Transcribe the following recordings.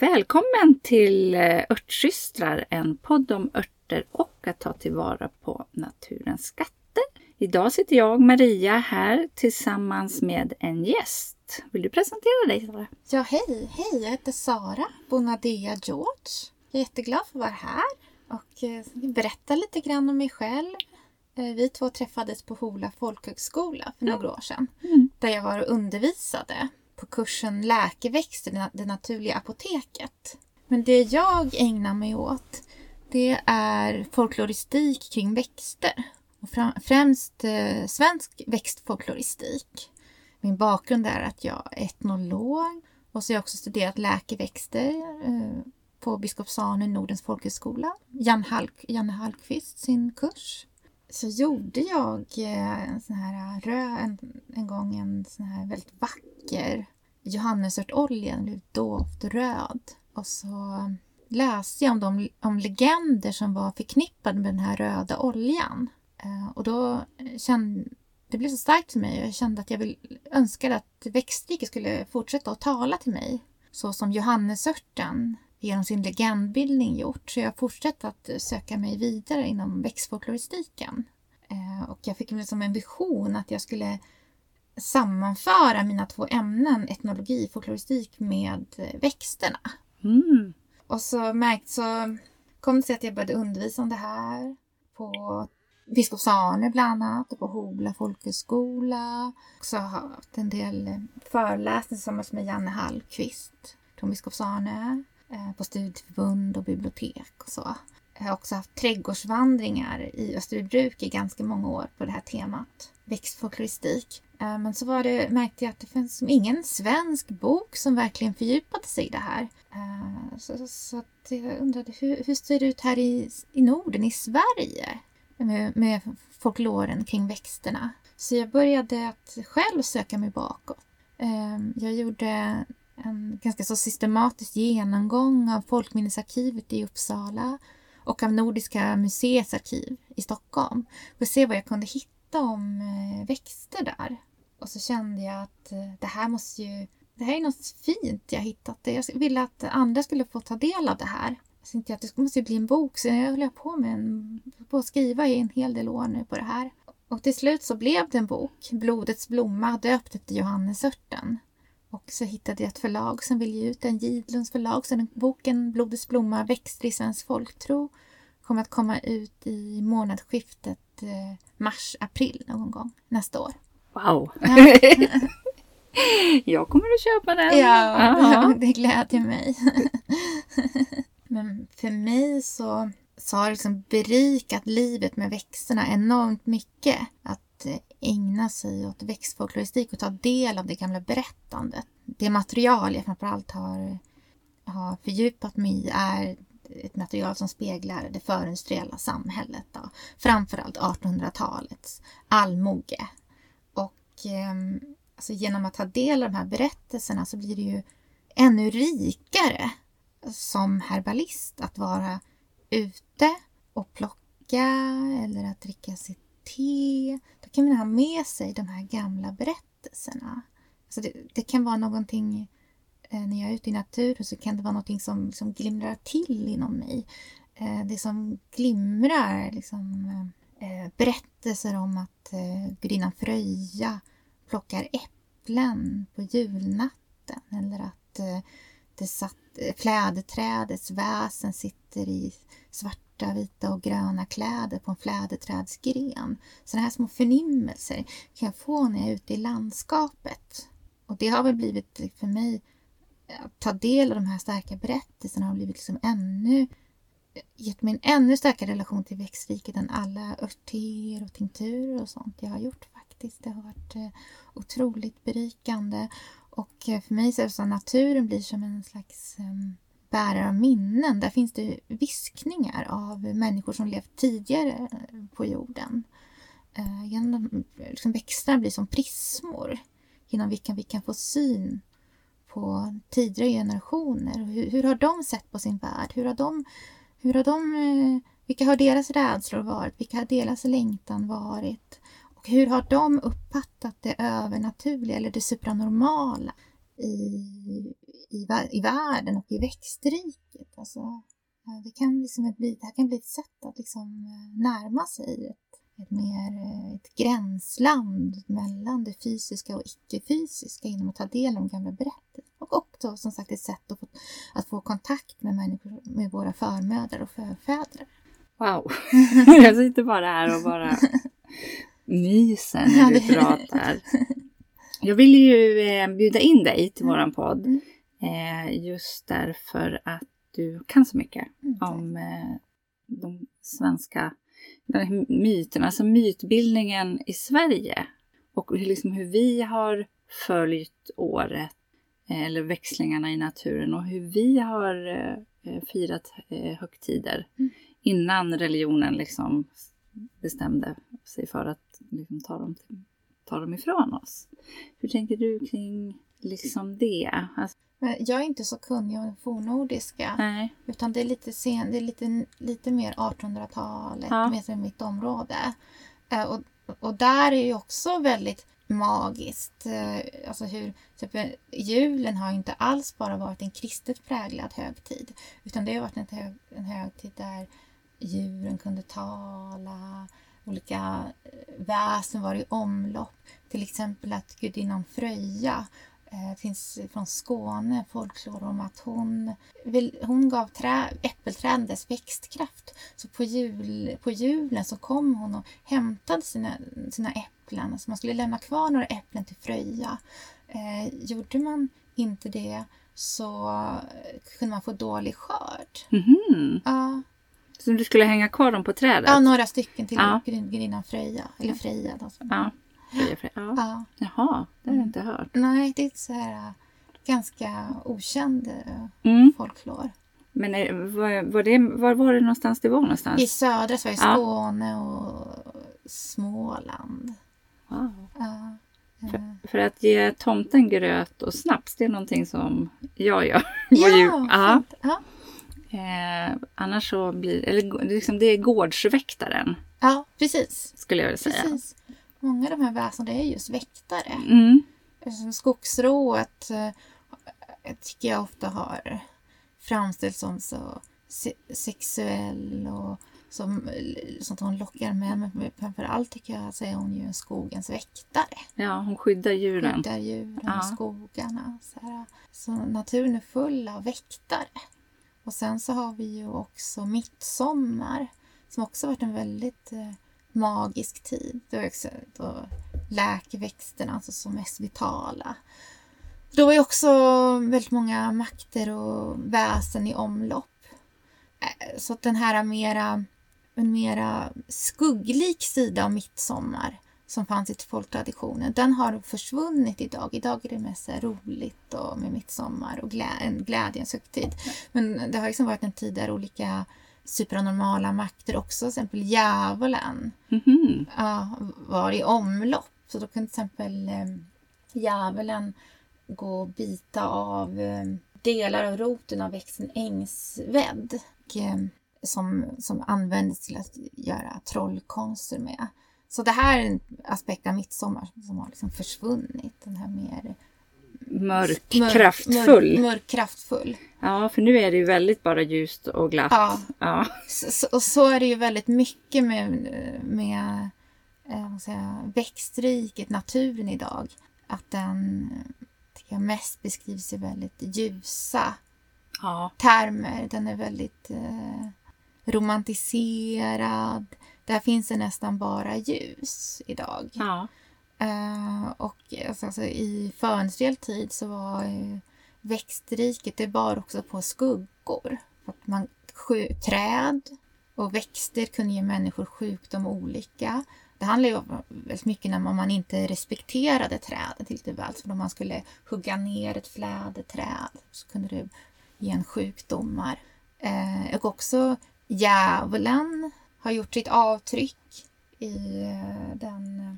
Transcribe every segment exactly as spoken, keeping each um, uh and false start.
Välkommen till Örtsystrar, en podd om örter och att ta tillvara på naturens skatter. Idag sitter jag, Maria, här tillsammans med en gäst. Vill du presentera dig, Sara? Ja, hej. Hej, jag heter Sara Bonadea George. Jag är jätteglad för att vara här och berätta lite grann om mig själv. Vi två träffades på Hola folkhögskola för några år sedan. Mm. Där jag var och undervisade på kursen Läkeväxter, det naturliga apoteket. Men det jag ägnar mig åt, det är folkloristik kring växter. Och främst eh, svensk växtfolkloristik. Min bakgrund är att jag är etnolog. Och så har jag också studerat läkeväxter eh, på Biskopsarne, Nordens folkhögskola. Jan Halk, Janne Hallqvist, sin kurs. Så gjorde jag eh, en sån här rö, en, en gång en sån här väldigt vacker johannesörtolja, den blev dovt röd. Och så läste jag om, de, om legender som var förknippade med den här röda oljan. Uh, och då kände, det blev så starkt för mig och jag kände att jag vill, önskade att växtriket skulle fortsätta att tala till mig. Så som johannesörten genom sin legendbildning gjort. Så jag fortsatte att söka mig vidare inom växtfolkloristiken. Uh, och jag fick liksom en vision att jag skulle sammanföra mina två ämnen, etnologi och folkloristik, med växterna. Mm. Och så märkt så kom det sig att jag började undervisa om det här på Biskopsarne bland annat och på Hola folkhögskola. Och så har jag haft en del föreläsningar tillsammans med Janne Hallqvist från Biskopsarne på studieförbund och bibliotek och så. Jag har också haft trädgårdsvandringar i Österbybruk i ganska många år på det här temat, växtfolkloristik. Men så var det, märkte jag att det finns ingen svensk bok som verkligen fördjupade sig i det här. Så, så att jag undrade, hur, hur ser det ut här i, i Norden, i Sverige, med, med folkloren kring växterna? Så jag började att själv söka mig bakåt. Jag gjorde en ganska så systematisk genomgång av Folkminnesarkivet i Uppsala och av Nordiska museets arkiv i Stockholm. För att se vad jag kunde hitta om växter där. Och så kände jag att det här måste ju, det här är något fint jag hittat. Jag ville att andra skulle få ta del av det här. Jag tänkte att det måste ju bli en bok, så jag höll på med en, på att skriva i en hel del år nu på det här. Och till slut så blev det en bok, Blodets blomma, döpt efter johannesörten. Och så hittade jag ett förlag som ville ge ut en Gidlunds förlag. Så den boken, Blodets blomma, växter i svensk folktro, kommer att komma ut i månadsskiftet mars-april någon gång nästa år. Wow! Ja. Jag kommer att köpa den. Ja, ja, det glädjer mig. Men för mig så, så har det liksom berikat livet med växterna enormt mycket. Att ägna sig åt växtfolkloristik och ta del av det gamla berättandet. Det material jag framförallt har, har fördjupat mig i är ett material som speglar det förindustriella samhället. Då. Framförallt artonhundratalets allmoge. Och eh, alltså genom att ta del av de här berättelserna så blir det ju ännu rikare som herbalist att vara ute och plocka eller att dricka sitt te. Då kan man ha med sig de här gamla berättelserna. Alltså det, det kan vara någonting, eh, när jag är ute i naturen så kan det vara någonting som, som glimrar till inom mig. Eh, det som glimrar liksom... Eh, berättelser om att eh, gudinnan Fröja plockar äpplen på julnatten. Eller att eh, det satt, eh, fläderträdets väsen sitter i svarta, vita och gröna kläder på en fläderträdsgren. Sådana här små förnimmelser kan jag få när jag är ute i landskapet. Och det har väl blivit för mig, att ta del av de här starka berättelserna har blivit liksom ännu gett mig en ännu starkare relation till växtriket än alla örter och tinkturer och sånt jag har gjort faktiskt. Det har varit eh, otroligt berikande. Och eh, för mig så är det så att naturen blir som en slags eh, bärare av minnen. Där finns det viskningar av människor som levt tidigare på jorden. Eh, genom, liksom växterna blir som prismor genom vilka vi kan få syn på tidigare generationer. Hur, hur har de sett på sin värld? Hur har de Hur har de, vilka har deras rädslor varit? Vilka har deras längtan varit? Och hur har de uppfattat det övernaturliga eller det supranormala i, i, i världen och i växtriket. Alltså, det, kan liksom ett, det här kan bli ett sätt att liksom närma sig ett, ett, mer, ett gränsland mellan det fysiska och icke-fysiska genom att ta del av de gamla berättelserna. Och också som sagt ett sätt att få, att få kontakt med människor, med våra förmödrar och förfäder. Wow, jag sitter bara här och bara myser när du pratar. Jag vill ju eh, bjuda in dig till mm. våran podd. Mm. Eh, just därför att du kan så mycket mm. om eh, de svenska de myterna. Alltså mytbildningen i Sverige. Och liksom hur vi har följt året. Eh, eller växlingarna i naturen. Och hur vi har eh, firat eh, högtider. Mm. Innan religionen liksom bestämde sig för att liksom ta dem till ta dem ifrån oss. Hur tänker du kring liksom det? Alltså... Jag är inte så kunnig om fornnordiska. Nej. Utan det är lite sen, det är lite, lite mer artonhundratalet, ja. Mer som mitt område. Och, och där är ju också väldigt magiskt. Alltså hur, typ, julen har inte alls bara varit en kristet präglad högtid. Utan det har varit en, hög, en högtid där djuren kunde tala. Olika väsen var i omlopp. Till exempel att gudinnan Fröja eh, finns från Skåne. Folklore om att hon, vill, hon gav trä, äppelträden dess växtkraft. Så på, jul, på julen så kom hon och hämtade sina, sina äpplen. Så man skulle lämna kvar några äpplen till Fröja. Eh, gjorde man inte det så kunde man få dålig skörd. Mm-hmm. Ja. Så du skulle hänga kvar dem på trädet? Ja, några stycken till ja. Gudinnan Fröja. Eller Freja. Då. Ja, Freja, Freja. Ja. Ja. Jaha, det har jag inte hört. Nej, det är så här ganska okänd mm. folklor. Men är, var, var, det, var var det någonstans det var någonstans? I södra Sverige, ja. Skåne och Småland. Wow. Ja. För, för att ge tomten gröt och snaps, det är någonting som jag gör. Ja, ja. ja. Eh, annars så blir eller liksom det är gårdsväktaren. Ja, precis. Skulle jag vilja säga. Precis. Många av de här väsen det är just väktare. Mm. Skogsrået eh, tycker jag ofta har framställts som så se- sexuell och som sånt hon lockar med. Men framförallt tycker jag så är hon ju en skogens väktare. Ja, hon skyddar djuren. Skyddar djuren ja. och skogarna. Så, här. Så naturen är full av väktare. Och sen så har vi ju också midsommar som också varit en väldigt eh, magisk tid. Då är också då läkeväxterna alltså som mest vitala. Då är också väldigt många makter och väsen i omlopp. Eh, så att den här mera, en mera skugglik sida av midsommar som fanns i folktraditionen, den har försvunnit idag. Idag är det mest roligt och med midsommar och glä- en glädjens högtid. Men det har liksom varit en tid där olika supernormala makter också, till exempel djävulen, mm-hmm. ja, var i omlopp. Så då kunde till exempel eh, djävulen gå och bita av eh, delar av roten av växten ängsvädd och, eh, som, som användes till att göra trollkonster med. Så det här är en aspekt av midsommar som har liksom försvunnit. Den här mer mörk, mörk kraftfull. Mörk, mörk, kraftfull. Ja, för nu är det ju väldigt bara ljust och glatt. Ja, ja. Så, och så är det ju väldigt mycket med, med eh, vad säger, växtriket, naturen idag. Att den tycker jag mest beskrivs i väldigt ljusa ja. termer. Den är väldigt eh, romantiserad. Där finns det nästan bara ljus idag. Ja. Uh, och alltså, alltså, i förenstel tid så var uh, växtriket, det bar också på skuggor. För att man, sju, träd och växter kunde ge människor sjukdom och olycka. Det handlar ju väldigt mycket om man inte respekterade trädet till det väl. Så om man skulle hugga ner ett fläderträd så kunde det ge en sjukdomar. Uh, och också djävulen har gjort sitt avtryck i uh, den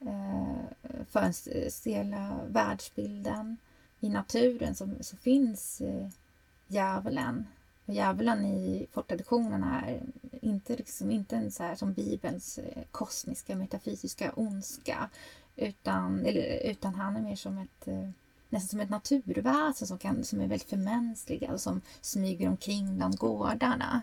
förestela världsbilden. I naturen så, så finns eh, djävulen. Och djävulen i folktraditionen är inte, liksom, inte en så här som Bibelns eh, kosmiska, metafysiska ondska. Utan, eller, utan han är mer som ett, eh, nästan som ett naturväsen som, kan, som är väldigt förmänskliga och som smyger omkring bland gårdarna.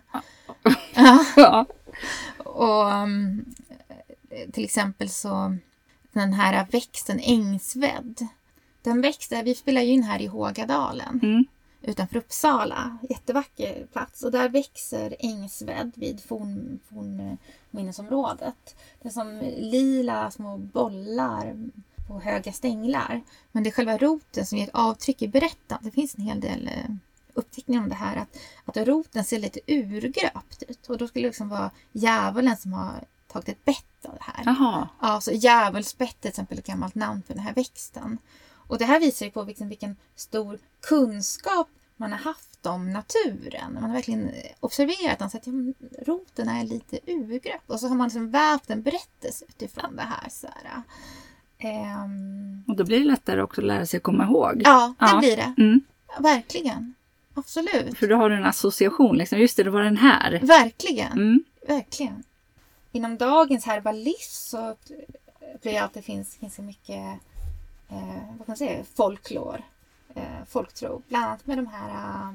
Ja. Och um, till exempel så den här växten ängsvädd. Den växten, vi spelar ju in här i Hågadalen. Mm. Utanför Uppsala. Jättevacker plats. Och där växer ängsvädd vid forn, fornminnesområdet. Det är som lila små bollar på höga stänglar. Men det är själva roten som ger ett avtryck i berättandet. Det finns en hel del uppteckningar om det här. Att, att roten ser lite urgröpt ut. Och då skulle det liksom vara djävulen som har tagit ett bett av det här. Jaha. Ja, så djävulsbett till exempel är ett gammalt namn för den här växten. Och det här visar ju på vilken, vilken stor kunskap man har haft om naturen. Man har verkligen observerat den så att ja, roten är lite urgröpt. Och så har man liksom vävt en berättelse utifrån det här. Så här. Um... Och då blir det lättare också att lära sig att komma ihåg. Ja, det ja. blir det. Mm. Verkligen. Absolut. För då har du en association. Liksom. Just det, det var den här. Verkligen. Mm. Verkligen. Inom dagens herbalism så blir det att det finns ganska mycket eh, vad kan man säga, folklor. Eh, folktro. Bland annat med de här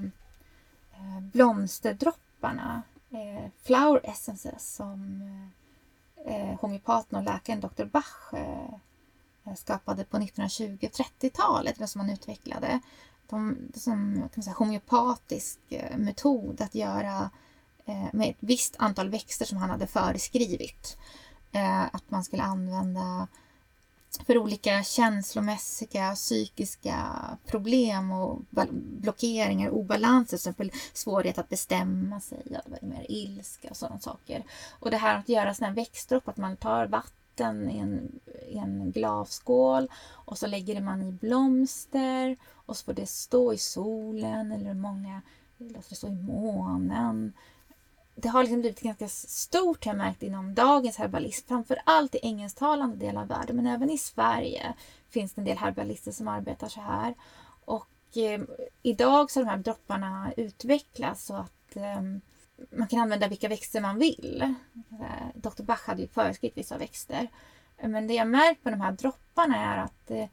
eh, blomsterdropparna. Eh, flower essences som eh, homeopaten och läkaren doktor Bach eh, skapade på nittonhundratjugo-trettiotalet. Som man utvecklade. De, som kan man säga, homeopatisk eh, metod att göra med ett visst antal växter som han hade föreskrivit. Eh, att man skulle använda för olika känslomässiga, psykiska problem och blockeringar, obalanser, till exempel svårighet att bestämma sig, ja, det var mer ilska och sådana saker. Och det här att göra sådana här växtdropp, att man tar vatten i en, i en glasskål och så lägger man i blomster och så får det stå i solen eller många låter det stå i månen. Det har liksom blivit ganska stort, har jag märkt, inom dagens herbalism. Framförallt i engelsktalande del av världen. Men även i Sverige finns det en del herbalister som arbetar så här. Och eh, idag så har de här dropparna utvecklats så att eh, man kan använda vilka växter man vill. Eh, doktor Bach hade ju föreskrivit vissa växter. Men det jag märkt på de här dropparna är att eh,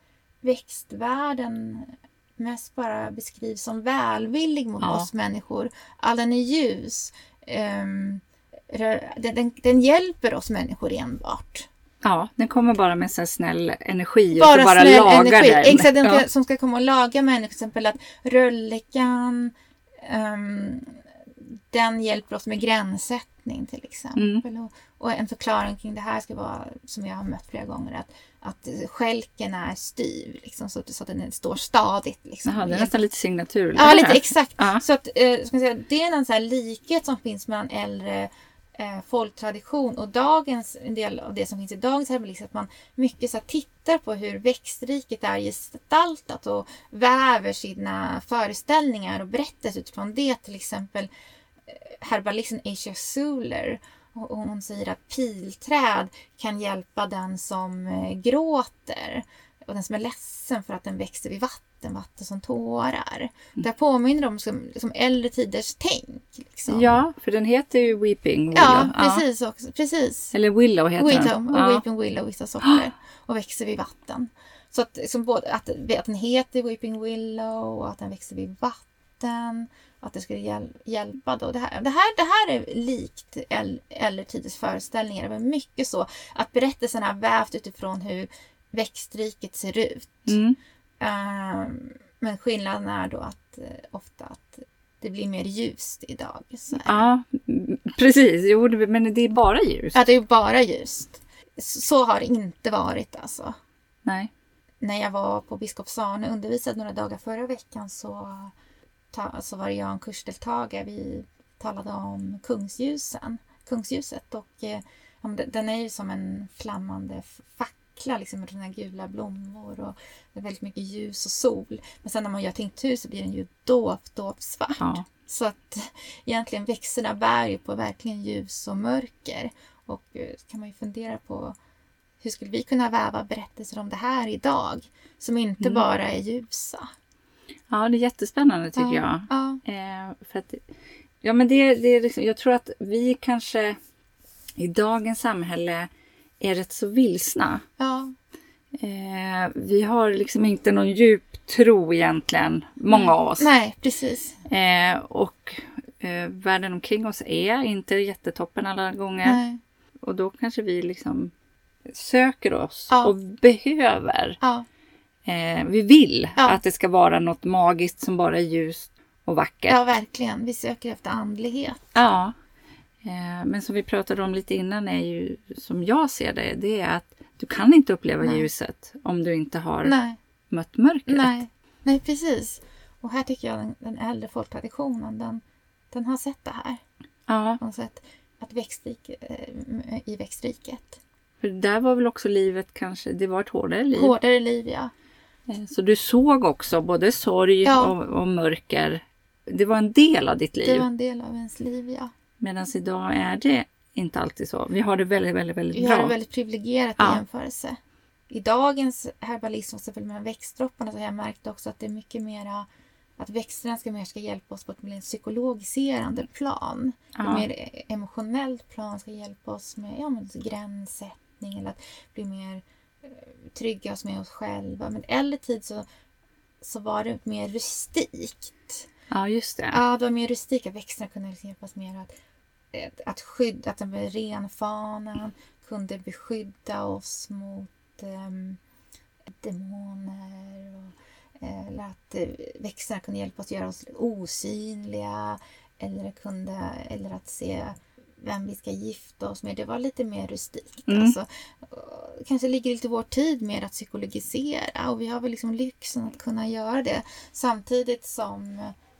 växtvärlden mest bara beskrivs som välvillig mot ja. oss människor. All den är ljus. Um, den, den, den hjälper oss människor enbart. Ja, den kommer bara med så snäll energi bara och så bara snäll lagar energi. den. Exakt, den ja. som ska komma och laga människor. Till exempel att röllikan um, den hjälper oss med gränssättning till exempel. Mm. Och, och en förklaring kring det här ska vara, som jag har mött flera gånger, att, att skälken är styv liksom, så, så att den står stadigt. Liksom. Jaha, det är nästan lite signatur. Ja, lite exakt. Ja. Så att, eh, ska säga, det är en sån här likhet som finns mellan äldre eh, folktradition och dagens, en del av det som finns i dagens herbalism, att man mycket så här, tittar på hur växtriket är gestaltat och väver sina föreställningar och berättelser utifrån det. Till exempel herbalisten Asia Suler, och hon säger att pilträd kan hjälpa den som gråter och den som är ledsen för att den växer vid vatten, vatten som tårar. Mm. Det påminner om som, som äldre tiders tänk. Liksom. Ja, för den heter ju Weeping Willow. Ja, precis. Ja. Också, precis. Eller Willow heter Willow, den. och Ja. Weeping Willow, vissa sorter. Och växer vid vatten. Så att, liksom, både, att, att den heter Weeping Willow och att den växer vid vatten. Att det skulle hjäl- hjälpa då. Det här, det här, det här är likt äldre tiders föreställningar. Det var mycket så att berättelsen har vävt utifrån hur växtriket ser ut. Mm. Um, men skillnaden är då att uh, ofta att det blir mer ljust idag. Så ja, precis. Jo, men det är bara ljust. Ja, det är bara ljust. Så, så har det inte varit alltså. Nej. När jag var på Biskopsarne och undervisade några dagar förra veckan så... så var det jag en kursdeltagare. Vi talade om kungsljusen. Kungsljuset. Och eh, den är ju som en flammande fackla liksom, med såna gula blommor och det är väldigt mycket ljus och sol. Men sen när man gör tinktur så blir den ju dovt, dovt svart. Ja. Så att egentligen växterna bär ju på verkligen ljus och mörker. Och eh, kan man ju fundera på hur skulle vi kunna väva berättelser om det här idag som inte mm. bara är ljusa. Ja, det är jättespännande tycker ja, jag. Ja. Eh, för att, ja, men det, det är liksom, jag tror att vi kanske i dagens samhälle är rätt så vilsna. Ja. Eh, vi har liksom inte någon djup tro egentligen, många Mm. av oss. Nej, precis. Eh, och eh, världen omkring oss är inte jättetoppen alla gånger. Nej. Och då kanske vi liksom söker oss Ja. och behöver. Ja, Eh, vi vill Ja. att det ska vara något magiskt som bara är ljust och vackert. ja, verkligen. Vi söker efter andlighet. Ja. Eh, men som vi pratade om lite innan är ju, som jag ser det, det är att du kan inte uppleva Nej. ljuset om du inte har Nej, mött mörkret. nej, nej, precis. Och här tycker jag den, den äldre folktraditionen, den, den har sett det här. Ja, De har sett att växtrik, eh, i växtriket. för där var väl också livet kanske, det var ett hårdare liv. Hårdare liv, ja. Eh, Så du såg också både sorg Ja. och, och mörker. Det var en del av ditt liv. Det var en del av ens liv, ja. Medan idag är det inte alltid så. Vi har det väldigt, väldigt, väldigt Vi bra. har det väldigt privilegierat Ja. i jämförelse. I dagens herbalism, så med växtdropparna, så har jag märkt också att det är mycket mera att växterna ska mer ska hjälpa oss på ett mer psykologiserande plan. Ja. Ett mer emotionellt plan ska hjälpa oss med, ja, med gränssättning eller att bli mer eh, trygga oss med oss själva. Men äldre tid så, så var det mer rustikt. Ja, just det. Ja, det var mer rustika. Växterna kunde liksom hjälpa oss mer att, att, att skydda, att den var renfanan kunde beskydda oss mot um, demoner och, eller att eh, växterna kunde hjälpa oss göra oss osynliga eller, kunde, eller att se vem vi ska gifta oss med. Det var lite mer rustikt. Mm. Alltså, kanske ligger lite vår tid med att psykologisera och vi har väl liksom lyxen att kunna göra det samtidigt som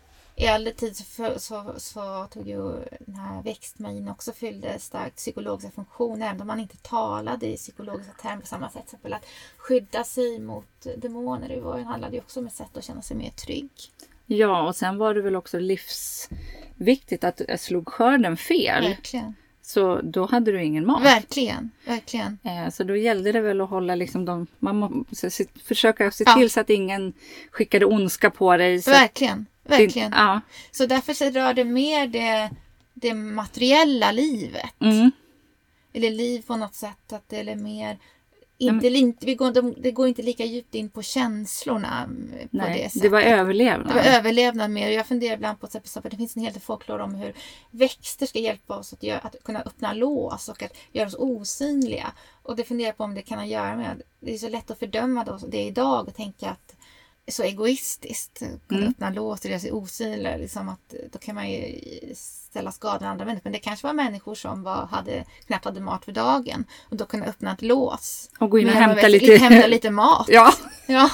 i äldre tid så, så, så tog ju den här växtmagin också fyllde starkt psykologiska funktioner, även om man inte talade i psykologiska termer på samma sätt. Som att skydda sig mot demoner, det var, handlade ju också om ett sätt att känna sig mer trygg. Ja, och sen var det väl också livsviktigt att jag slog skörden fel. Verkligen. Så då hade du ingen mat. Verkligen, verkligen. Eh, Så då gällde det väl att hålla liksom de, man måste se, försöka se Ja. till så att ingen skickade ondska på dig. Så Verkligen, att, verkligen. ja. Så därför så rör det mer det, det materiella livet. Mm. Eller liv på något sätt, att det är mer inte, inte, vi går, de, det går inte lika djupt in på känslorna på Nej, det sättet. det var överlevnad. Det var överlevnad mer. Jag funderar ibland på att det finns en hel del folklore om hur växter ska hjälpa oss att, göra, att kunna öppna lås och att göra oss osynliga. Och det funderar på om det kan ha att göra med, det är så lätt att fördöma då, det idag och tänka att det är så egoistiskt att kunna Mm. öppna lås och göra sig osynliga. Liksom att, då kan man ju ställa skador andra människor. Men det kanske var människor som var, hade, knappt hade mat för dagen och då kunde öppna ett lås. Och gå in och Men hämta man lite... vet, hämta lite mat. Ja. Ja.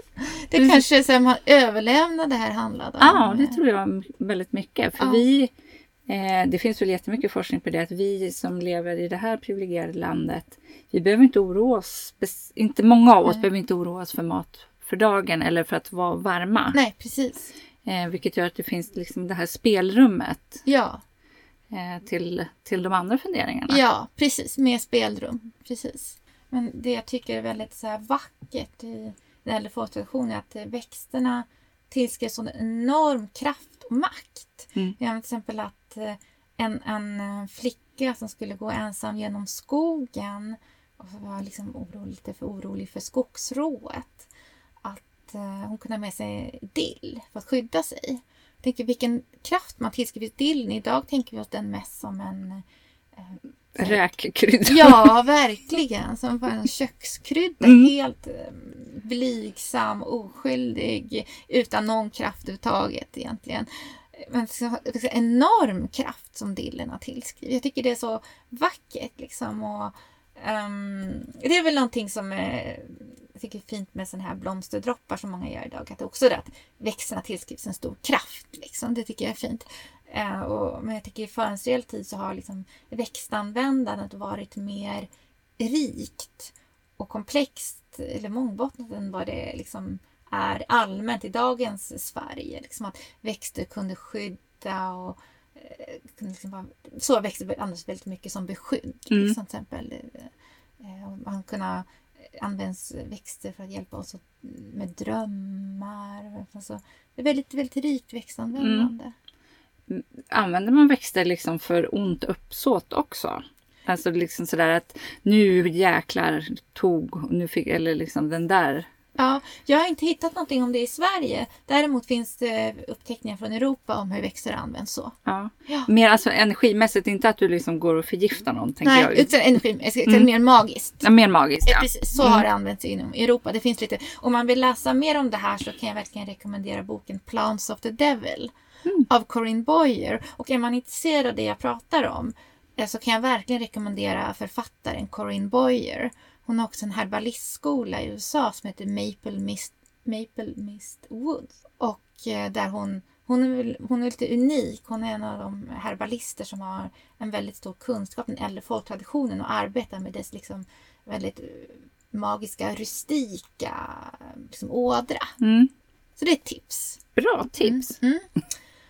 Det kanske är så att man överlämnar det här handlade om. Ja, det tror jag väldigt mycket. För Ja. vi, eh, det finns väl jättemycket forskning på det, att vi som lever i det här privilegierade landet, vi behöver inte oroa oss, inte många av oss Nej. behöver inte oroa oss för mat för dagen eller för att vara varma. Nej, precis. Eh, vilket gör att det finns liksom det här spelrummet Ja, eh, till, till de andra funderingarna. ja, precis. Med spelrum. Precis. Men det jag tycker är väldigt så här vackert i den äldre folktraditionen är att eh, växterna tillskrivs sån enorm kraft och makt. Mm. Vi har till exempel att eh, en, en eh, flicka som skulle gå ensam genom skogen och var liksom orolig, lite för orolig för skogsrået. Att eh, hon kunde ha med sig dill för att skydda sig. Jag tänker vilken kraft man tillskriver dillen. Idag tänker vi oss den mest som en eh, Räkkrydda. Ja, verkligen. Som bara en kökskrydda. Mm. Helt eh, blygsam, oskyldig, utan någon kraft överhuvudtaget egentligen. Men så, så enorm kraft som dillen har tillskrivit. Jag tycker det är så vackert liksom. Och, um, det är väl någonting som är, jag tycker är fint med sådana här blomsterdroppar som många gör idag. Att det också är att växterna tillskrivs en stor kraft. Liksom. Det tycker jag är fint. Uh, och, men jag tycker i förhistorisk tid så har liksom växtanvändandet varit mer rikt och komplext eller mångbottnat än vad det liksom är allmänt i dagens Sverige. Liksom att växter kunde skydda och eh, kunde liksom vara, så växter används väldigt mycket som beskydd. Mm. Liksom, till exempel, eh, man kunde används växter för att hjälpa oss med drömmar. Alltså, det är väldigt, väldigt rikt växtanvändande. Mm. Använder man växter liksom för ont uppsåt också? Alltså liksom sådär att nu jäklar tog, nu fick, eller liksom den där. Ja, jag har inte hittat någonting om det i Sverige. Däremot finns det uppteckningar från Europa om hur växter används så. Ja. Ja. Mer alltså energimässigt, inte att du liksom går och förgiftar någon, tänker Nej, jag. utan energimässigt, utan Mm. mer magiskt. Ja, mer magiskt, Ja. ja. Precis, så Mm. har det använts inom Europa. Det finns lite, om man vill läsa mer om det här så kan jag verkligen rekommendera boken Plants of the Devil Mm. av Corinne Boyer. Och är man intresserad av det jag pratar om eh, så kan jag verkligen rekommendera författaren Corinne Boyer. Hon har också en herbalistskola i U S A som heter Maple Mist, Maple Mist Woods. Och eh, där hon, hon, är, väl- hon är lite unik. Hon är en av de herbalister som har en väldigt stor kunskap, den äldre folktraditionen, och arbetar med dess liksom väldigt eh, magiska, rustika liksom, ådra. Mm. Så det är ett tips. Bra tips. Mm. Mm.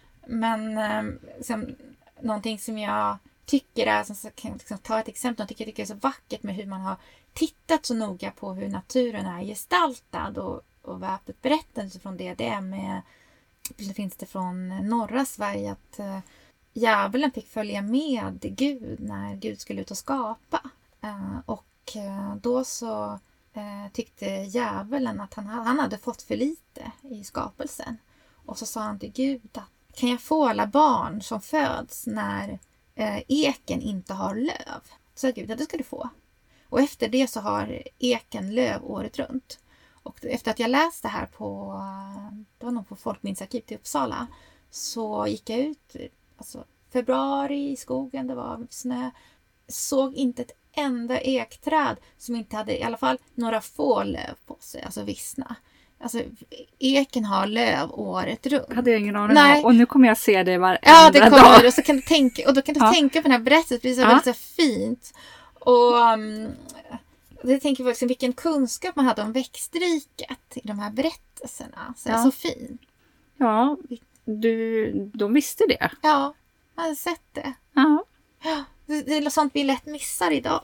Men eh, liksom, någonting som jag tycker är, som så kan jag liksom ta ett exempel, jag tycker, jag tycker det är så vackert med hur man har tittat så noga på hur naturen är gestaltad och, och vävt ett berättelse från det. Det är med, det finns det från norra Sverige att eh, djävulen fick följa med Gud när Gud skulle ut och skapa. Eh, och eh, då så eh, tyckte djävulen att han, han hade fått för lite i skapelsen. Och så sa han till Gud att kan jag få alla barn som föds när eh, eken inte har löv? Så sa Gud, ja, det ska du få. Och efter det så har eken löv året runt. Och efter att jag läste här på, det var nog på Folkminnesarkivet i Uppsala, så gick jag ut alltså, februari i skogen, det var snö, såg inte ett enda ekträd som inte hade i alla fall några få löv på sig, alltså vissna. Alltså eken har löv året runt. Hade jag ingen aning Nej. om. Och nu kommer jag se det varenda Ja, det kommer dag. du. Och så kan du tänka, och då kan du Ja. tänka på den här berättelsen, det är så Ja. väldigt så fint. Och um, jag tänker på liksom vilken kunskap man hade om växtriket i de här berättelserna. Så, Ja. så fint. Ja, du, de visste det. Ja, jag hade sett det. Ja. Ja, det, det är sånt vi lätt missar idag.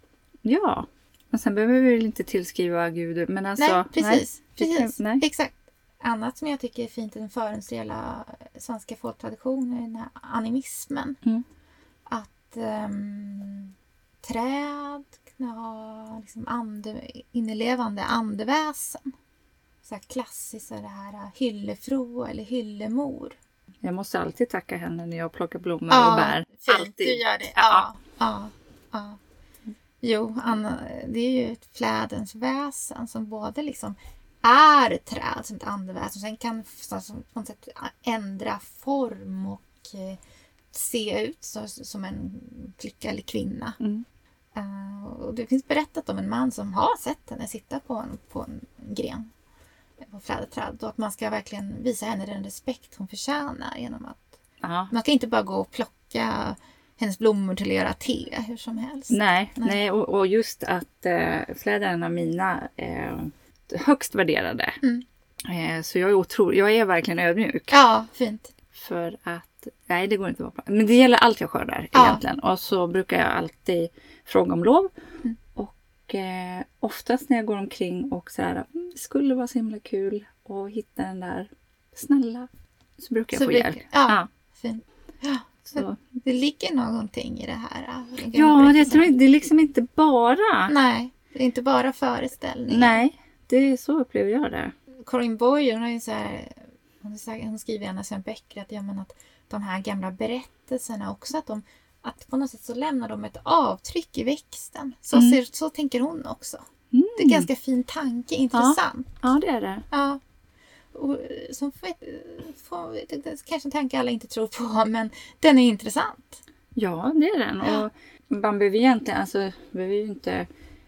Ja. Men sen behöver vi väl inte tillskriva Gud. Men alltså, nej, precis. nej. precis. Nej. Exakt. Annat som jag tycker är fint i den förindustriella svenska folktraditionen är den här animismen. Mm. Att um, träd kan ha liksom ande, innelevande andeväsen. Så här klassiskt så är det här hyllefro eller hyllemor. Jag måste alltid tacka henne när jag plockar blommor och bär. fint. Alltid. Du gör det. Ja. Ja, ja, ja. Jo, Anna, det är ju ett flädens väsen som både liksom är ett träd som ett andeväsen. Sen kan så, så, på något sätt ändra form och eh, se ut så, som en flicka eller kvinna. Mm. Uh, och det finns berättat om en man som har sett henne sitta på en, på en gren på fläderträd. Och att man ska verkligen visa henne den respekt hon förtjänar genom att Ja. man ska inte bara gå och plocka hennes blommor till att göra te hur som helst. Nej, Nej. nej. Och, och just att eh, fläderna mina är högst värderade. Mm. Eh, så jag är otroligt, jag är verkligen ödmjuk. Ja, fint. För att, nej det går inte att vara på. Men det gäller allt jag skördar Ja. egentligen. Och så brukar jag alltid fråga om lov. Mm. Och eh, oftast när jag går omkring och så här, mm, det skulle vara så himla kul att hitta den där snälla. Så brukar jag Så få brukar- hjälp. ja. Fint. Ja, Så. det ligger någonting i det här. äh, Ja, det, tror jag, det är liksom inte bara. Nej, det är inte bara föreställningar. Nej, det är så upplever jag det. Corinne Boyer, hon har ju så här, hon, är så här, hon skriver gärna sen böcker att, ja, men att de här gamla berättelserna också, att de att på något sätt så lämnar de ett avtryck i växten. Så, Mm. ser, så tänker hon också. Mm. Det är en ganska fin tanke, intressant. Ja, det är det. Ja. Och, som vet, får, det är kanske en tanke alla inte tror på, men den är intressant. Ja, det är den. Ja. Och man behöver egentligen, alltså, behöver ju inte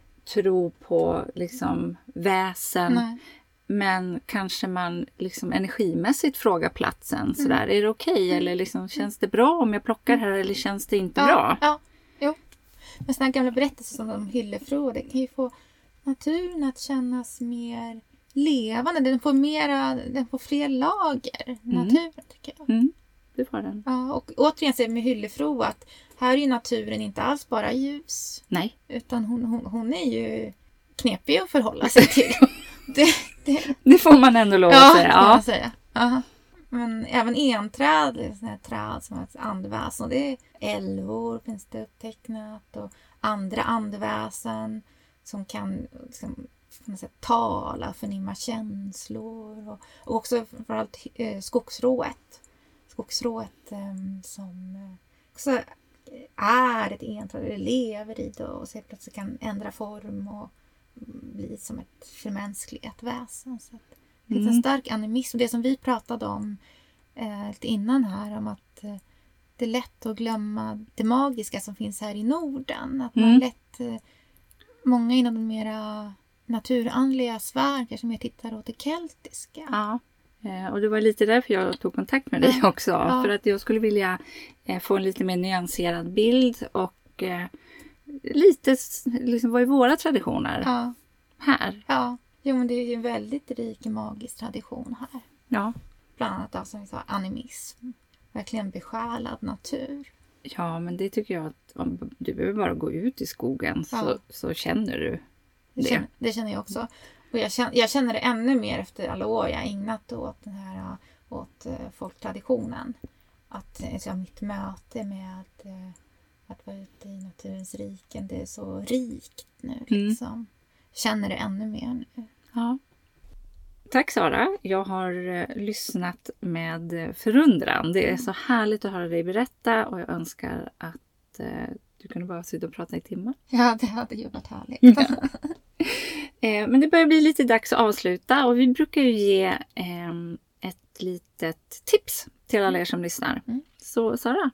tro på liksom väsen. Nej. Men kanske man liksom energimässigt frågar platsen. Sådär, är det okej? Eller liksom, känns det bra om jag plockar här? Eller känns det inte Ja, bra? ja, jo. Men sådana gamla berättelser som om hyllefro, det kan ju få naturen att kännas mer levande. Den får, mera, den får fler lager, naturen tycker jag. Mm, det var den. Ja, och återigen säger med hyllefro att här är ju naturen inte alls bara ljus. Nej. Utan hon, hon, hon är ju knepig att förhålla sig till. det, det, Det får man ändå lov att ja, säga. kan man Ja. säga. Ja. Men även enträd, det är sådana här träd som har ett andväsen. Och det är älvor finns det upptecknat och andra andväsen som kan liksom, kan man säga, tala, förnimma känslor. Och, och också framförallt eh, skogsrået. Skogsrået eh, som också är ett enträd, eller lever i det och så plötsligt kan ändra form och bli som ett förmänskligat väsen. Så att det finns en stark animism. Det som vi pratade om eh, lite innan här, om att eh, det är lätt att glömma det magiska som finns här i Norden. Att man Mm. lätt, eh, många inom den mera naturandliga sfär kanske mer tittar åt det keltiska. Ja, eh, och det var lite därför jag tog kontakt med dig också. Ja. För att jag skulle vilja eh, få en lite mer nyanserad bild och eh, lite s- liksom vad är våra traditioner Ja, här. ja. Jo, men det är ju en väldigt rik magisk tradition här. Ja. Bland annat då, som vi sa, animism. Verkligen besjälad natur. Ja, men det tycker jag att om du behöver bara gå ut i skogen så, Ja. så känner du Det det. känner, det känner jag också. Och jag känner, jag känner det ännu mer efter alla år jag har ägnat åt den här åt uh, folktraditionen. Att uh, mitt möte med uh, att vara ute i naturens riken, det är så rikt nu. Liksom. Mm. Känner det ännu mer nu. Ja. Tack Sara, jag har eh, lyssnat med eh, förundran. Det är så härligt att höra dig berätta och jag önskar att eh, du kunde bara sitta och prata i timmar. Ja, det hade ju varit härligt. Eh, men det börjar bli lite dags att avsluta och vi brukar ju ge eh, ett litet tips till alla er som lyssnar. Mm. Så Sara?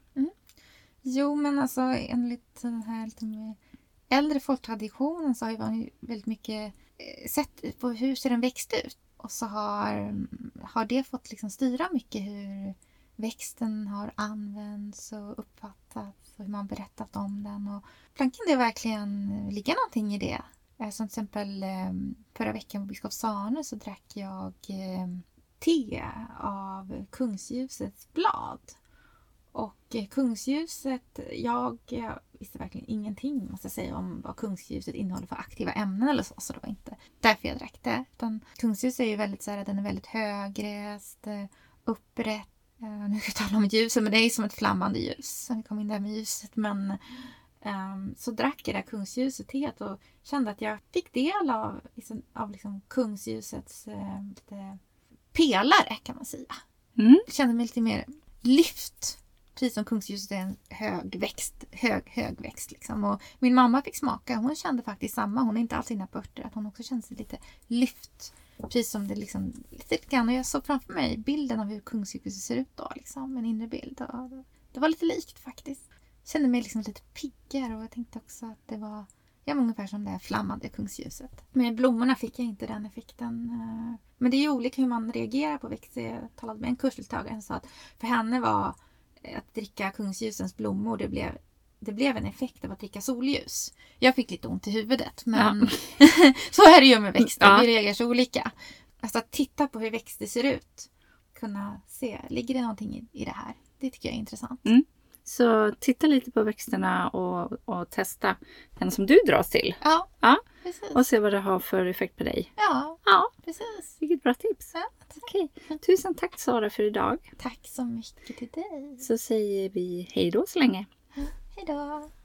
Jo, men alltså enligt den här lite mer äldre folktraditionen så har man ju väldigt mycket eh, sett på hur ser en växt ut. Och så har, har det fått liksom styra mycket hur växten har använts och uppfattats och hur man berättat om den. Och ibland kan det verkligen ligga någonting i det. Eh, Som till exempel eh, förra veckan på Biskop Sarne så drack jag eh, te av kungsljusets blad. Och eh, kungsljuset, jag eh, visste verkligen ingenting måste jag säga om vad kungsljuset innehåller för aktiva ämnen eller så. Så det var inte därför jag drack det. Utan kungsljuset är ju väldigt så här, den är väldigt högrest, eh, upprätt. Eh, nu ska jag tala om ljuset, men det är som ett flammande ljus. Så vi kom in där med ljuset. Men ehm, så drack jag det här kungsljuset teet och kände att jag fick del av, liksom, av liksom kungsljusets eh, lite pelare kan man säga. Mm. Jag kände mig lite mer lyft. Precis som kungsljuset är en högväxt, hög, högväxt liksom. Och min mamma fick smaka, hon kände faktiskt samma. Hon är inte alls inne på örter, att hon också kände sig lite lyft. Precis som det liksom, lite grann. Och jag såg framför mig bilden av hur kungsljuset ser ut då, liksom. En inre bild. Och det var lite likt faktiskt. Jag kände mig liksom lite piggare och jag tänkte också att det var, ja, ungefär som det här flammande kungsljuset. Med blommorna fick jag inte den effekten. Men det är ju olika hur man reagerar på växter. Jag talade med en kursdeltagare som sa att för henne var att dricka kungsljusens blommor, det blev, det blev en effekt av att dricka solljus. Jag fick lite ont i huvudet, men ja. Så är det ju med växter, ja. Vi reagerar så olika. Alltså att titta på hur växter ser ut, kunna se, ligger det någonting i, i det här? Det tycker jag är intressant. Mm. Så titta lite på växterna och, och testa den som du dras till. Ja, ja. Precis. Och se vad det har för effekt på dig. Ja, ja. Precis. Vilket bra tips. Ja, okej. Tusen tack Sara för idag. Tack så mycket till dig. Så säger vi hej då så länge. Hej då.